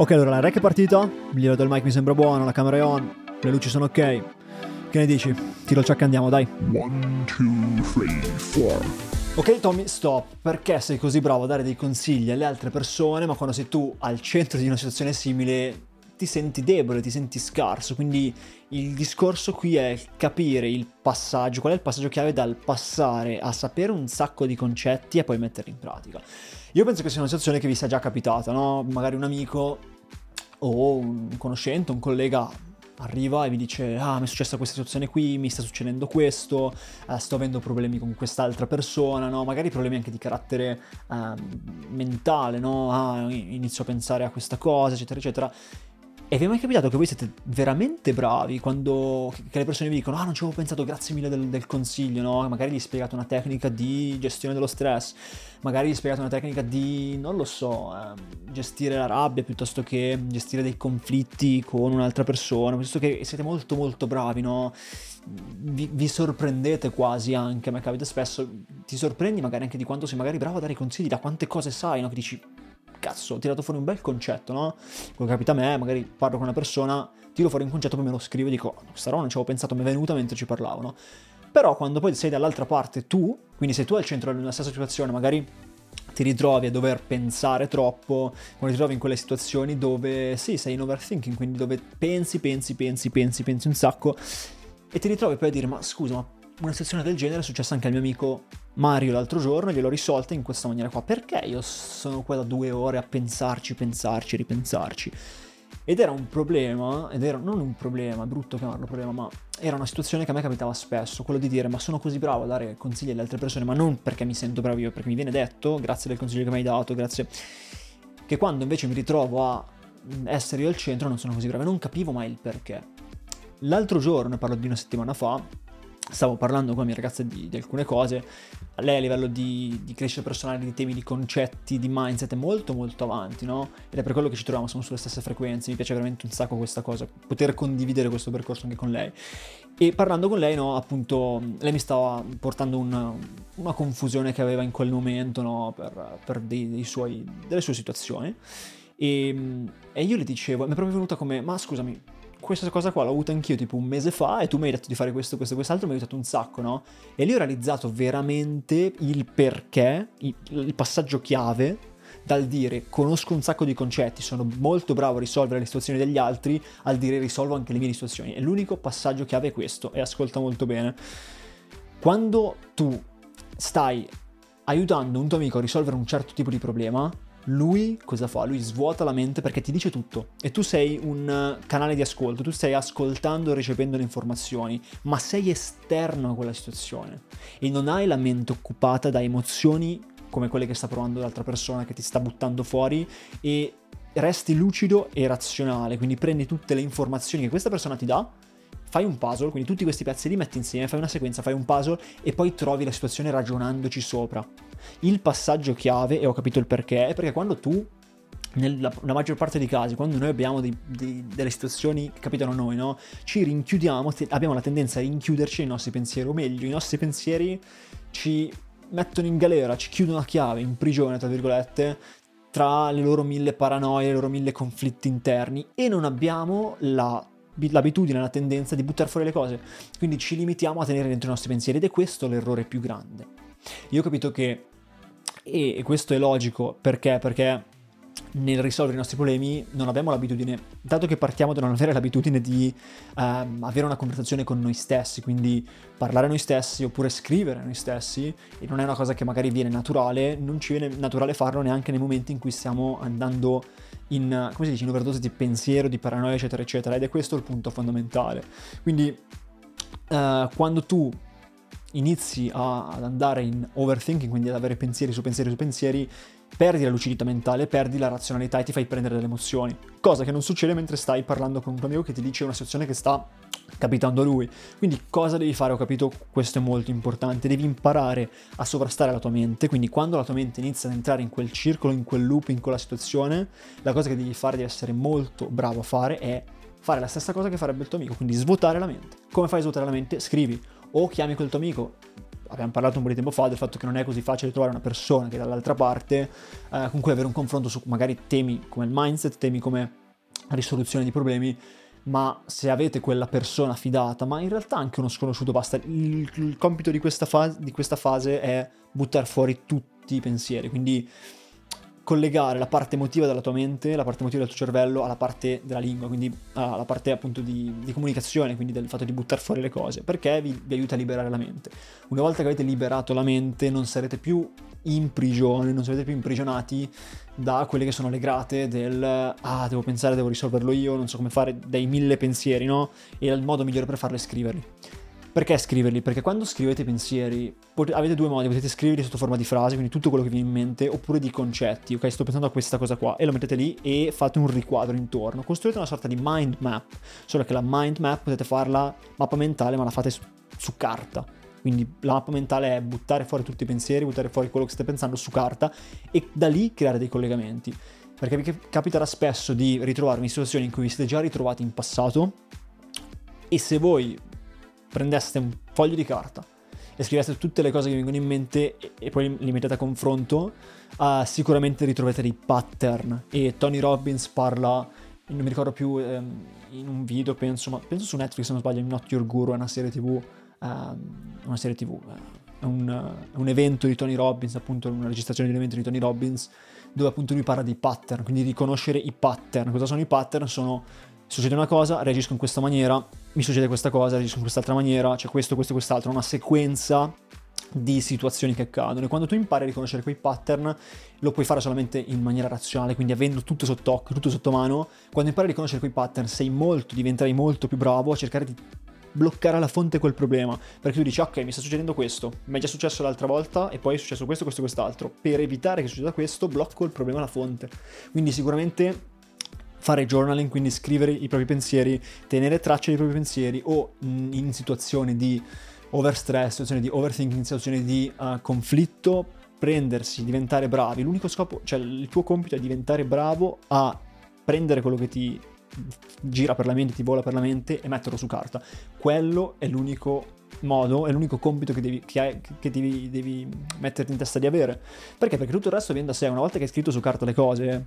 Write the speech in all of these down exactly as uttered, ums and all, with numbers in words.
Ok, allora la rec è partita, il livello del mic mi sembra buono, la camera è on, le luci sono ok. Che ne dici? Tiro il check e andiamo, dai. One, two, three, four. Ok Tommy, stop. Perché sei così bravo a dare dei consigli alle altre persone, ma quando sei tu al centro di una situazione simile ti senti debole, ti senti scarso? Quindi il discorso qui è capire il passaggio, qual è il passaggio chiave dal passare a sapere un sacco di concetti e poi metterli in pratica. Io penso che sia una situazione che vi sia già capitata, no? Magari un amico o un conoscente, un collega arriva e vi dice: ah, mi è successa questa situazione qui, mi sta succedendo questo, eh, sto avendo problemi con quest'altra persona, no? Magari problemi anche di carattere eh, mentale, no? Ah, inizio a pensare a questa cosa, eccetera, eccetera. E vi è mai capitato che voi siete veramente bravi quando che le persone vi dicono: ah, non ci avevo pensato, grazie mille del, del consiglio, no? Magari gli spiegate una tecnica di gestione dello stress, magari gli spiegate una tecnica di, non lo so, eh, gestire la rabbia piuttosto che gestire dei conflitti con un'altra persona, piuttosto che siete molto molto bravi, no? Vi, vi sorprendete quasi anche, a me capita spesso, ti sorprendi magari anche di quanto sei magari bravo a dare consigli, da quante cose sai, no? Che dici: cazzo, ho tirato fuori un bel concetto, no? Quello che capita a me, magari parlo con una persona, tiro fuori un concetto, poi me lo scrivo e dico: questa roba non ci avevo pensato, mi è venuta mentre ci parlavo, no? Però quando poi sei dall'altra parte tu, quindi sei tu al centro della stessa situazione, magari ti ritrovi a dover pensare troppo, quando ti trovi in quelle situazioni dove, sì, sei in overthinking, quindi dove pensi, pensi, pensi, pensi, pensi un sacco, e ti ritrovi poi a dire: ma scusa, ma una situazione del genere è successa anche al mio amico Mario l'altro giorno e gliel'ho risolta in questa maniera qua. Perché io sono qua da due ore a pensarci, pensarci, ripensarci? Ed era un problema, ed era non un problema, è brutto chiamarlo problema, ma era una situazione che a me capitava spesso, quello di dire: ma sono così bravo a dare consigli alle altre persone, ma non perché mi sento bravo io, perché mi viene detto, grazie del consiglio che mi hai dato, grazie, che quando invece mi ritrovo a essere io al centro non sono così bravo, e non capivo mai il perché. L'altro giorno, parlo di una settimana fa, stavo parlando con la mia ragazza di, di alcune cose. Lei a livello di, di crescita personale, di temi, di concetti, di mindset è molto molto avanti, no? Ed è per quello che ci troviamo, siamo sulle stesse frequenze, mi piace veramente un sacco questa cosa, poter condividere questo percorso anche con lei. E parlando con lei, no, appunto, lei mi stava portando una, una confusione che aveva in quel momento, no, per, per dei, dei suoi, delle sue situazioni. E, e io le dicevo, mi è proprio venuta come: ma scusami, questa cosa qua l'ho avuta anch'io tipo un mese fa e tu mi hai detto di fare questo, questo e quest'altro, mi hai aiutato un sacco, no? E lì ho realizzato veramente il perché, il, il passaggio chiave dal dire conosco un sacco di concetti, sono molto bravo a risolvere le situazioni degli altri, al dire risolvo anche le mie situazioni. E l'unico passaggio chiave è questo, e ascolta molto bene. Quando tu stai aiutando un tuo amico a risolvere un certo tipo di problema, lui cosa fa? Lui svuota la mente perché ti dice tutto e tu sei un canale di ascolto, tu stai ascoltando e ricependo le informazioni, ma sei esterno a quella situazione e non hai la mente occupata da emozioni come quelle che sta provando l'altra persona che ti sta buttando fuori, e resti lucido e razionale, quindi prendi tutte le informazioni che questa persona ti dà, fai un puzzle, quindi tutti questi pezzi li metti insieme, fai una sequenza, fai un puzzle e poi trovi la situazione ragionandoci sopra. Il passaggio chiave, e ho capito il perché, è perché quando tu, nella maggior parte dei casi, quando noi abbiamo dei, dei, delle situazioni che capitano a noi, no? Ci rinchiudiamo, abbiamo la tendenza a rinchiuderci nei nostri pensieri, o meglio, i nostri pensieri ci mettono in galera, ci chiudono a chiave, in prigione, tra virgolette, tra le loro mille paranoie, le loro mille conflitti interni, e non abbiamo la l'abitudine, la tendenza di buttare fuori le cose, quindi ci limitiamo a tenere dentro i nostri pensieri, ed è questo l'errore più grande. Io ho capito che, e questo è logico, perché? Perché nel risolvere i nostri problemi non abbiamo l'abitudine, dato che partiamo da non avere l'abitudine di ehm, avere una conversazione con noi stessi, quindi parlare a noi stessi oppure scrivere a noi stessi, e non è una cosa che magari viene naturale, non ci viene naturale farlo neanche nei momenti in cui stiamo andando in, come si dice, in overdose di pensiero, di paranoia, eccetera eccetera, ed è questo il punto fondamentale. Quindi eh, quando tu inizi a, ad andare in overthinking, quindi ad avere pensieri su pensieri su pensieri, perdi la lucidità mentale, perdi la razionalità e ti fai prendere delle emozioni, cosa che non succede mentre stai parlando con un tuo amico che ti dice una situazione che sta capitando a lui. Quindi cosa devi fare? Ho capito, questo è molto importante, devi imparare a sovrastare la tua mente, quindi quando la tua mente inizia ad entrare in quel circolo, in quel loop, in quella situazione, la cosa che devi fare, devi essere molto bravo a fare, è fare la stessa cosa che farebbe il tuo amico, quindi svuotare la mente. Come fai a svuotare la mente? Scrivi, o chiami quel tuo amico. Abbiamo parlato un po' di tempo fa del fatto che non è così facile trovare una persona che dall'altra parte eh, con cui avere un confronto su magari temi come il mindset, temi come risoluzione di problemi, ma se avete quella persona fidata, ma in realtà anche uno sconosciuto, basta. Il, il compito di questa, fase, di questa fase è buttare fuori tutti i pensieri, quindi collegare la parte emotiva della tua mente, la parte emotiva del tuo cervello alla parte della lingua, quindi alla parte appunto di, di comunicazione, quindi del fatto di buttare fuori le cose, perché vi, vi aiuta a liberare la mente. Una volta che avete liberato la mente non sarete più in prigione, non sarete più imprigionati da quelle che sono le grate del ah, devo pensare, devo risolverlo io, non so come fare, dei mille pensieri, no? E il modo migliore per farlo è scriverli. Perché scriverli? Perché quando scrivete pensieri pot- avete due modi: potete scriverli sotto forma di frasi, quindi tutto quello che vi viene in mente, oppure di concetti. Ok, sto pensando a questa cosa qua, e lo mettete lì e fate un riquadro intorno, costruite una sorta di mind map, solo che la mind map potete farla mappa mentale, ma la fate su, su carta. Quindi la mappa mentale è buttare fuori tutti i pensieri, buttare fuori quello che state pensando su carta e da lì creare dei collegamenti, perché vi capiterà spesso di ritrovarvi in situazioni in cui vi siete già ritrovati in passato, e se voi prendeste un foglio di carta e scriveste tutte le cose che vi vengono in mente e, e poi li mettete a confronto, uh, sicuramente ritrovate dei pattern. E Tony Robbins parla, non mi ricordo più, um, in un video, penso, ma penso su Netflix se non sbaglio, Not Your Guru, è una serie tv, uh, una serie tv, uh, è un, uh, un evento di Tony Robbins, appunto una registrazione di un evento di Tony Robbins, dove appunto lui parla di pattern, quindi di conoscere i pattern. Cosa sono i pattern? Sono: succede una cosa, reagisco in questa maniera, mi succede questa cosa, reagisco in quest'altra maniera, c'è questo, questo, quest'altro, una sequenza di situazioni che accadono. E quando tu impari a riconoscere quei pattern, lo puoi fare solamente in maniera razionale, quindi avendo tutto sott'occhio, tutto sotto mano. Quando impari a riconoscere quei pattern, sei molto, diventerai molto più bravo a cercare di bloccare alla fonte quel problema, perché tu dici: ok, mi sta succedendo questo, mi è già successo l'altra volta e poi è successo questo, questo, quest'altro, per evitare che succeda questo blocco il problema alla fonte. Quindi sicuramente fare journaling, quindi scrivere i propri pensieri, tenere traccia dei propri pensieri, o in situazioni di overstress, situazioni di overthinking, situazioni di uh, conflitto, prendersi, diventare bravi. L'unico scopo, cioè il tuo compito è diventare bravo a prendere quello che ti gira per la mente, ti vola per la mente, e metterlo su carta. Quello è l'unico modo, è l'unico compito che devi, che hai, che devi, devi metterti in testa di avere. Perché? Perché tutto il resto viene da sé. Una volta che hai scritto su carta le cose,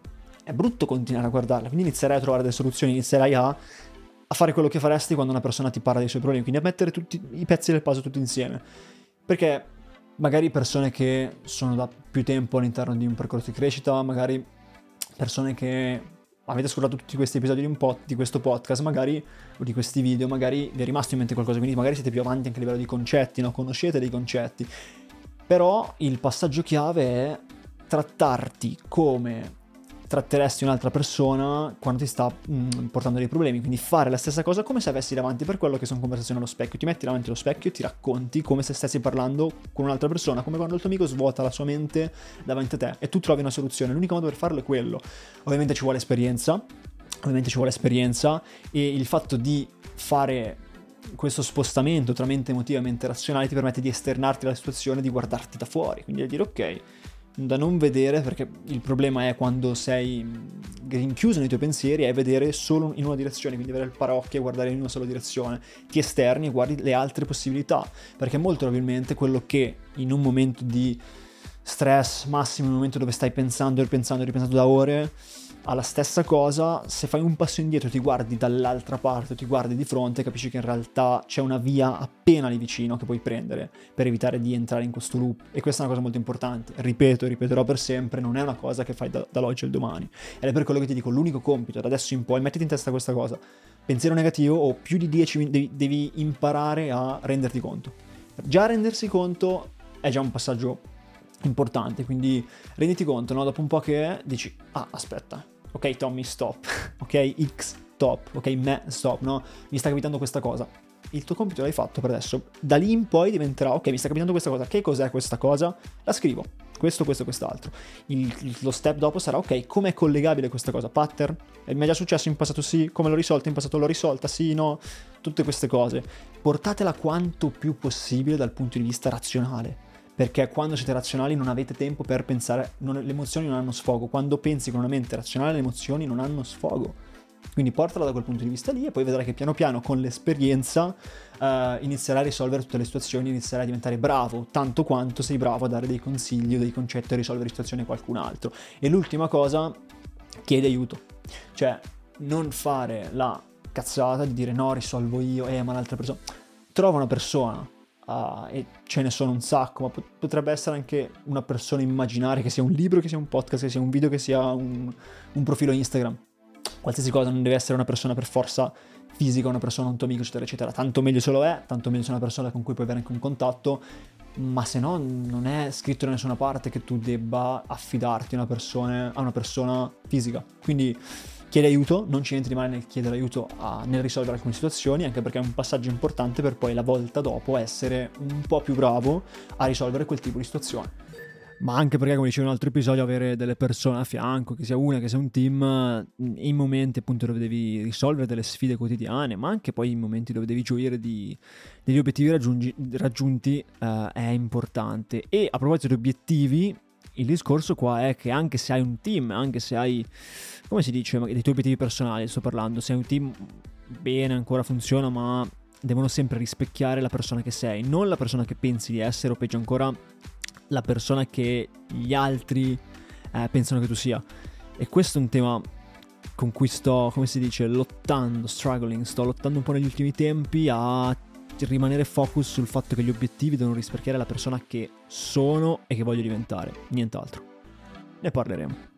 è brutto continuare a guardarle, quindi inizierai a trovare delle soluzioni, inizierai a, a fare quello che faresti quando una persona ti parla dei suoi problemi, quindi a mettere tutti i pezzi del puzzle tutti insieme. Perché magari persone che sono da più tempo all'interno di un percorso di crescita, magari persone che avete ascoltato tutti questi episodi di, un po- di questo podcast, magari, o di questi video, magari vi è rimasto in mente qualcosa, quindi magari siete più avanti anche a livello di concetti, no? Conoscete dei concetti. Però il passaggio chiave è trattarti come tratteresti un'altra persona quando ti sta mh, portando dei problemi, quindi fare la stessa cosa come se avessi davanti, per quello che sono conversazioni allo specchio. Ti metti davanti allo specchio e ti racconti come se stessi parlando con un'altra persona, come quando il tuo amico svuota la sua mente davanti a te e tu trovi una soluzione. L'unico modo per farlo è quello. Ovviamente ci vuole esperienza, ovviamente ci vuole esperienza e il fatto di fare questo spostamento tra mente emotiva e mente razionale ti permette di esternarti la situazione, di guardarti da fuori, quindi di dire ok, da non vedere, perché il problema è quando sei rinchiuso nei tuoi pensieri, è vedere solo in una direzione, quindi avere il paraocchio e guardare in una sola direzione. Ti esterni e guardi le altre possibilità, perché molto probabilmente quello che in un momento di stress massimo, in un momento dove stai pensando e ripensando e ripensando da ore alla stessa cosa, se fai un passo indietro, ti guardi dall'altra parte, ti guardi di fronte, capisci che in realtà c'è una via appena lì vicino che puoi prendere per evitare di entrare in questo loop. E questa è una cosa molto importante, ripeto e ripeterò per sempre, non è una cosa che fai da, dall'oggi al domani, ed è per quello che ti dico, l'unico compito da adesso in poi, mettiti in testa questa cosa: pensiero negativo o più di dieci minuti, devi, devi imparare a renderti conto. Già rendersi conto è già un passaggio importante, quindi renditi conto, no? Dopo un po' che dici: ah, aspetta, ok Tommy, stop, ok X, stop, ok me, stop, no? Mi sta capitando questa cosa. Il tuo compito l'hai fatto per adesso. Da lì in poi diventerà: ok, mi sta capitando questa cosa, che cos'è questa cosa? La scrivo, questo, questo, quest'altro. Il, lo step dopo sarà: ok, come è collegabile questa cosa? Pattern? E mi è già successo in passato? Sì. Come l'ho risolta in passato? L'ho risolta? Sì, no? Tutte queste cose. Portatela quanto più possibile dal punto di vista razionale, perché quando siete razionali non avete tempo per pensare, non, le emozioni non hanno sfogo. Quando pensi con una mente razionale, le emozioni non hanno sfogo. Quindi portala da quel punto di vista lì e poi vedrai che piano piano con l'esperienza uh, inizierai a risolvere tutte le situazioni, inizierai a diventare bravo, tanto quanto sei bravo a dare dei consigli o dei concetti a risolvere situazioni a qualcun altro. E l'ultima cosa, chiedi aiuto. Cioè, non fare la cazzata di dire no, risolvo io, eh, ma l'altra persona... Trova una persona, uh, e ce ne sono un sacco, ma pot- potrebbe essere anche una persona immaginaria, che sia un libro, che sia un podcast, che sia un video, che sia un, un profilo Instagram. Qualsiasi cosa, non deve essere una persona per forza fisica, una persona, un tuo amico, eccetera, eccetera. Tanto meglio se lo è, tanto meglio se è una persona con cui puoi avere anche un contatto, ma se no non è scritto da nessuna parte che tu debba affidarti a una persona, a una persona fisica. Quindi chiedi aiuto, non ci entri male nel chiedere aiuto a, nel risolvere alcune situazioni, anche perché è un passaggio importante per poi la volta dopo essere un po' più bravo a risolvere quel tipo di situazione. Ma anche perché, come dicevo in un altro episodio, avere delle persone a fianco, che sia una, che sia un team, in momenti appunto dove devi risolvere delle sfide quotidiane, ma anche poi in momenti dove devi gioire di, degli obiettivi raggiungi, raggiunti, eh, è importante. E a proposito di obiettivi, il discorso qua è che anche se hai un team, anche se hai, come si dice, dei tuoi obiettivi personali, sto parlando, se hai un team, bene, ancora funziona, ma devono sempre rispecchiare la persona che sei, non la persona che pensi di essere, o peggio ancora la persona che gli altri eh, pensano che tu sia. E questo è un tema con cui sto, come si dice, lottando, struggling, sto lottando un po' negli ultimi tempi a rimanere focus sul fatto che gli obiettivi devono rispecchiare la persona che sono e che voglio diventare, nient'altro. Ne parleremo.